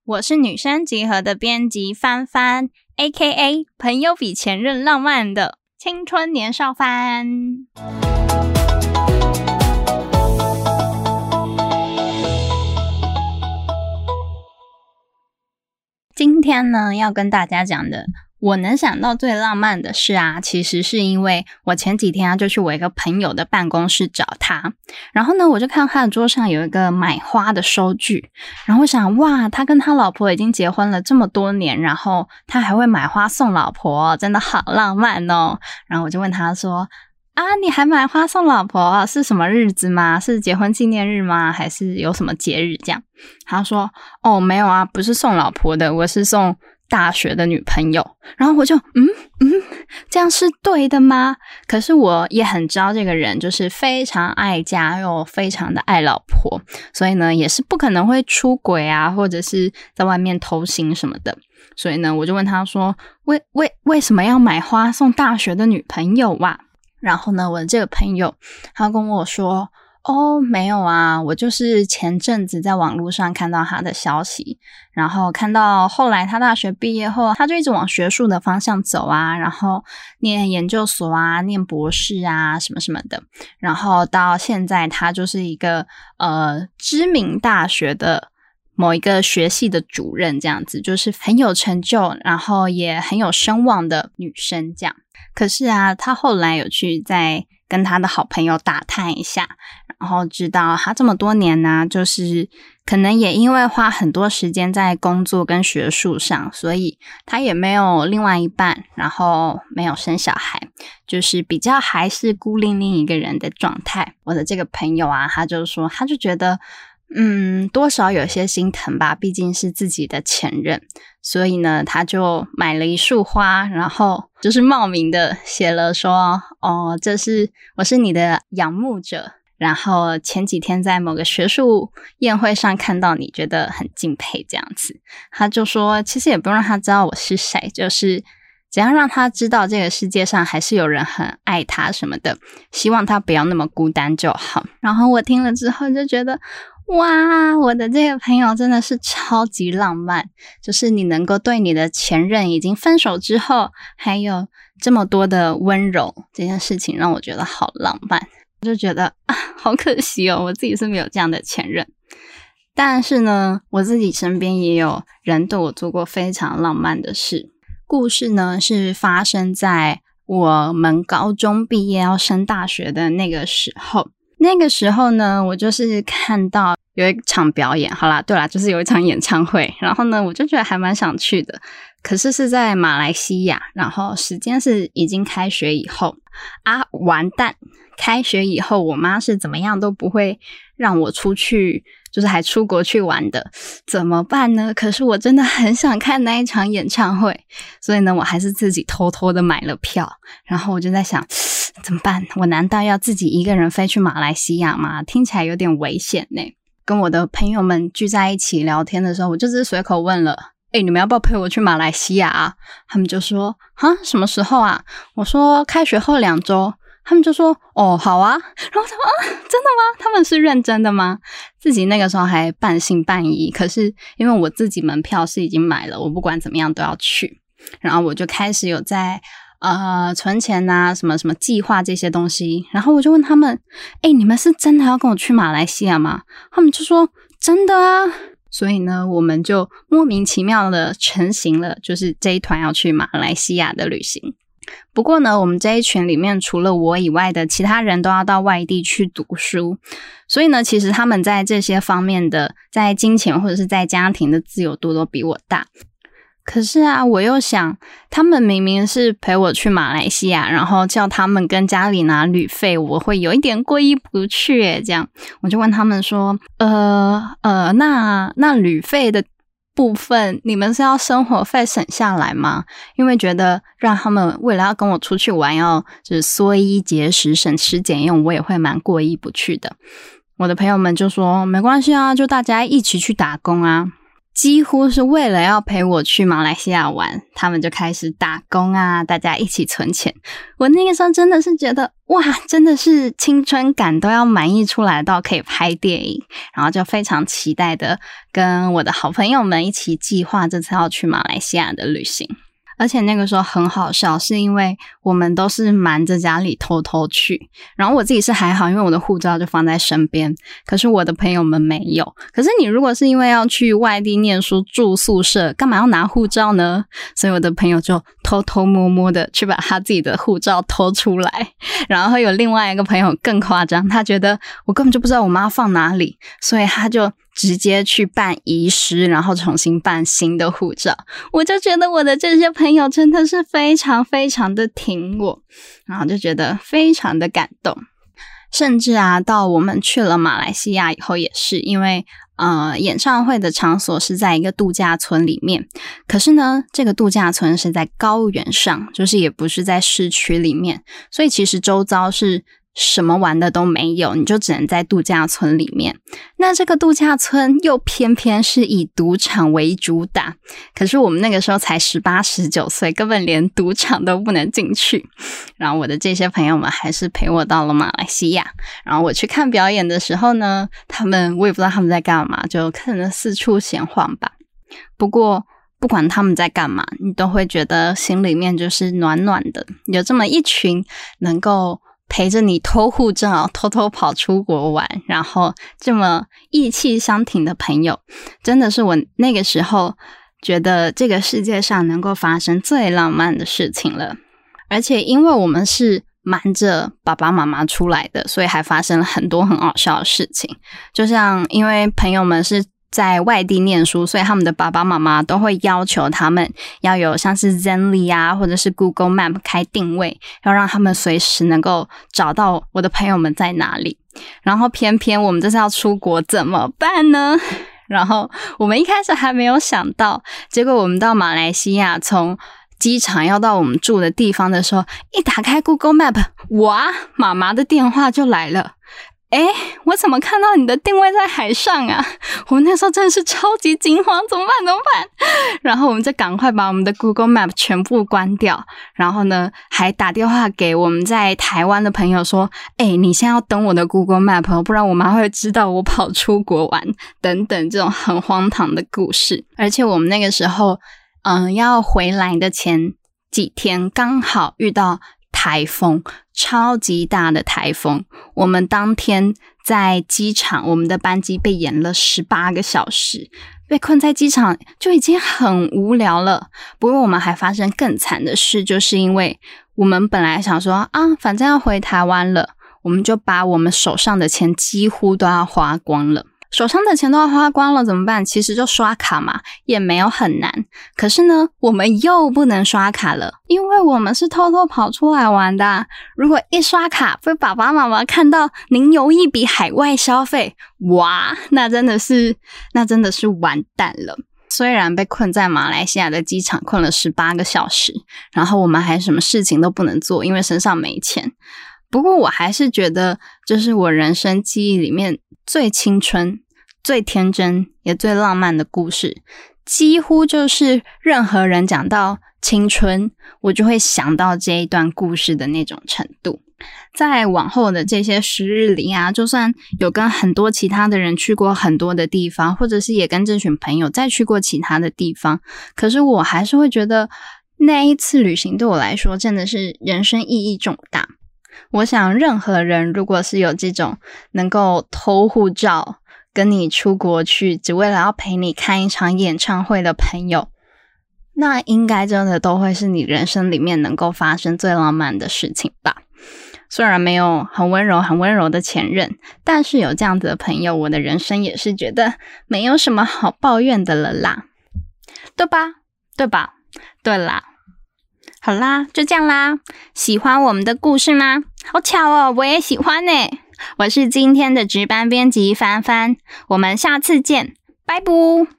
我是女生集合的编辑帆帆 ，A.K.A 朋友比前任浪漫的青春年少帆。今天呢，要跟大家讲的，我能想到最浪漫的事啊，其实是因为我前几天就去我一个朋友的办公室找他，然后呢，我就看到他的桌上有一个买花的收据，然后我想，哇，他跟他老婆已经结婚了这么多年，然后他还会买花送老婆，真的好浪漫哦。然后我就问他说，啊，你还买花送老婆，是什么日子吗？是结婚纪念日吗？还是有什么节日这样？他说，哦，没有啊，不是送老婆的，我是送大学的女朋友。然后我就这样是对的吗？可是我也很知道这个人就是非常爱家又非常的爱老婆，所以呢也是不可能会出轨啊，或者是在外面偷腥什么的。所以呢我就问他说，为什么要买花送大学的女朋友啊？然后呢我的这个朋友他跟我说，哦，没有啊，我就是前阵子在网络上看到他的消息，然后看到后来他大学毕业后，他就一直往学术的方向走啊，然后念研究所啊，念博士啊，什么什么的，然后到现在他就是一个知名大学的某一个学系的主任，这样子，就是很有成就，然后也很有声望的女生这样。可是啊，他后来有去再跟他的好朋友打探一下，然后知道他这么多年呢，就是可能也因为花很多时间在工作跟学术上，所以他也没有另外一半，然后没有生小孩，就是比较还是孤零零一个人的状态。我的这个朋友啊，他就说，他就觉得多少有些心疼吧，毕竟是自己的前任，所以呢他就买了一束花，然后就是冒名的写了说，哦，我是你的仰慕者，然后前几天在某个学术宴会上看到你，觉得很敬佩这样子。他就说其实也不用让他知道我是谁，就是只要让他知道这个世界上还是有人很爱他什么的，希望他不要那么孤单就好。然后我听了之后就觉得，哇，我的这个朋友真的是超级浪漫，就是你能够对你的前任已经分手之后还有这么多的温柔，这件事情让我觉得好浪漫。我就觉得好可惜哦，我自己是没有这样的前任。但是呢，我自己身边也有人对我做过非常浪漫的事。故事呢是发生在我们高中毕业要升大学的那个时候。那个时候呢，我就是看到有一场表演，好啦，对啦，就是有一场演唱会，然后呢我就觉得还蛮想去的，可是是在马来西亚，然后时间是已经开学以后啊，完蛋，开学以后我妈是怎么样都不会让我出去，就是还出国去玩的，怎么办呢？可是我真的很想看那一场演唱会，所以呢我还是自己偷偷的买了票，然后我就在想怎么办，我难道要自己一个人飞去马来西亚吗？听起来有点危险呢。跟我的朋友们聚在一起聊天的时候，我就只是随口问了，你们要不要陪我去马来西亚啊？他们就说，什么时候啊？我说开学后2周。他们就说，哦，好啊。然后我说，真的吗？他们是认真的吗？自己那个时候还半信半疑，可是因为我自己门票是已经买了，我不管怎么样都要去。然后我就开始有在存钱啊，什么什么计划这些东西。然后我就问他们，你们是真的要跟我去马来西亚吗？他们就说真的啊。所以呢我们就莫名其妙的成型了，就是这一团要去马来西亚的旅行。不过呢我们这一群里面除了我以外的其他人都要到外地去读书，所以呢其实他们在这些方面的，在金钱或者是在家庭的自由度都比我大。可是啊我又想，他们明明是陪我去马来西亚，然后叫他们跟家里拿旅费，我会有一点过意不去耶。这样我就问他们说，那旅费的部分你们是要生活费省下来吗？因为觉得让他们为了要跟我出去玩要就是缩衣节食省吃俭用，我也会蛮过意不去的。我的朋友们就说没关系啊，就大家一起去打工啊。 几乎是为了要陪我去马来西亚玩，他们就开始打工啊，大家一起存钱。我那个时候真的是觉得哇，真的是青春感都要满溢出来到可以拍电影，然后就非常期待的跟我的好朋友们一起计划这次要去马来西亚的旅行。而且那个时候很好笑，是因为我们都是瞒着家里偷偷去，然后我自己是还好，因为我的护照就放在身边，可是我的朋友们没有。可是你如果是因为要去外地念书住宿舍，干嘛要拿护照呢？所以我的朋友就偷偷摸摸的去把他自己的护照偷出来，然后有另外一个朋友更夸张，他觉得我根本就不知道我妈放哪里，所以他就直接去办遗失，然后重新办新的护照。我就觉得我的这些朋友真的是非常非常的挺我，然后就觉得非常的感动。甚至啊，到我们去了马来西亚以后也是，因为演唱会的场所是在一个度假村里面，可是呢，这个度假村是在高原上，就是也不是在市区里面，所以其实周遭是什么玩的都没有，你就只能在度假村里面。那这个度假村又偏偏是以赌场为主打，可是我们那个时候才18、19岁，根本连赌场都不能进去。然后我的这些朋友们还是陪我到了马来西亚，然后我去看表演的时候呢，我也不知道他们在干嘛，就可能四处闲晃吧。不过不管他们在干嘛，你都会觉得心里面就是暖暖的，有这么一群能够陪着你偷护照偷偷跑出国玩，然后这么意气相挺的朋友，真的是我那个时候觉得这个世界上能够发生最浪漫的事情了。而且因为我们是瞒着爸爸妈妈出来的，所以还发生了很多很好笑的事情。就像因为朋友们是在外地念书，所以他们的爸爸妈妈都会要求他们要有像是 Zenly 啊，或者是 Google Map 开定位，要让他们随时能够找到我的朋友们在哪里。然后偏偏我们这次要出国怎么办呢？然后我们一开始还没有想到，结果我们到马来西亚，从机场要到我们住的地方的时候，一打开 Google Map， 哇，妈妈的电话就来了。诶，我怎么看到你的定位在海上啊？我那时候真的是超级惊慌，怎么办？然后我们就赶快把我们的 Google Map 全部关掉，然后呢，还打电话给我们在台湾的朋友说，你现在要登我的 Google Map， 不然我妈会知道我跑出国玩，等等这种很荒唐的故事。而且我们那个时候要回来的前几天刚好遇到台风，超级大的台风。我们当天在机场，我们的班机被延了18个小时，被困在机场就已经很无聊了。不过我们还发生更惨的事，就是因为我们本来想说反正要回台湾了，我们就把我们手上的钱几乎都要花光了。手上的钱都要花光了怎么办？其实就刷卡嘛，也没有很难。可是呢，我们又不能刷卡了，因为我们是偷偷跑出来玩的。如果一刷卡被爸爸妈妈看到您有一笔海外消费，哇，那真的是完蛋了。虽然被困在马来西亚的机场困了18个小时，然后我们还什么事情都不能做，因为身上没钱。不过我还是觉得这是我人生记忆里面最青春、最天真也最浪漫的故事，几乎就是任何人讲到青春，我就会想到这一段故事的那种程度。在往后的这些时日里啊，就算有跟很多其他的人去过很多的地方，或者是也跟这群朋友再去过其他的地方，可是我还是会觉得那一次旅行对我来说真的是人生意义重大。我想任何人如果是有这种能够偷护照跟你出国去只为了要陪你看一场演唱会的朋友，那应该真的都会是你人生里面能够发生最浪漫的事情吧。虽然没有很温柔的前任，但是有这样子的朋友，我的人生也是觉得没有什么好抱怨的了啦，对吧？对啦，好啦，就这样啦。喜欢我们的故事吗？好巧哦，我也喜欢耶。我是今天的值班编辑帆帆，我们下次见，拜拜。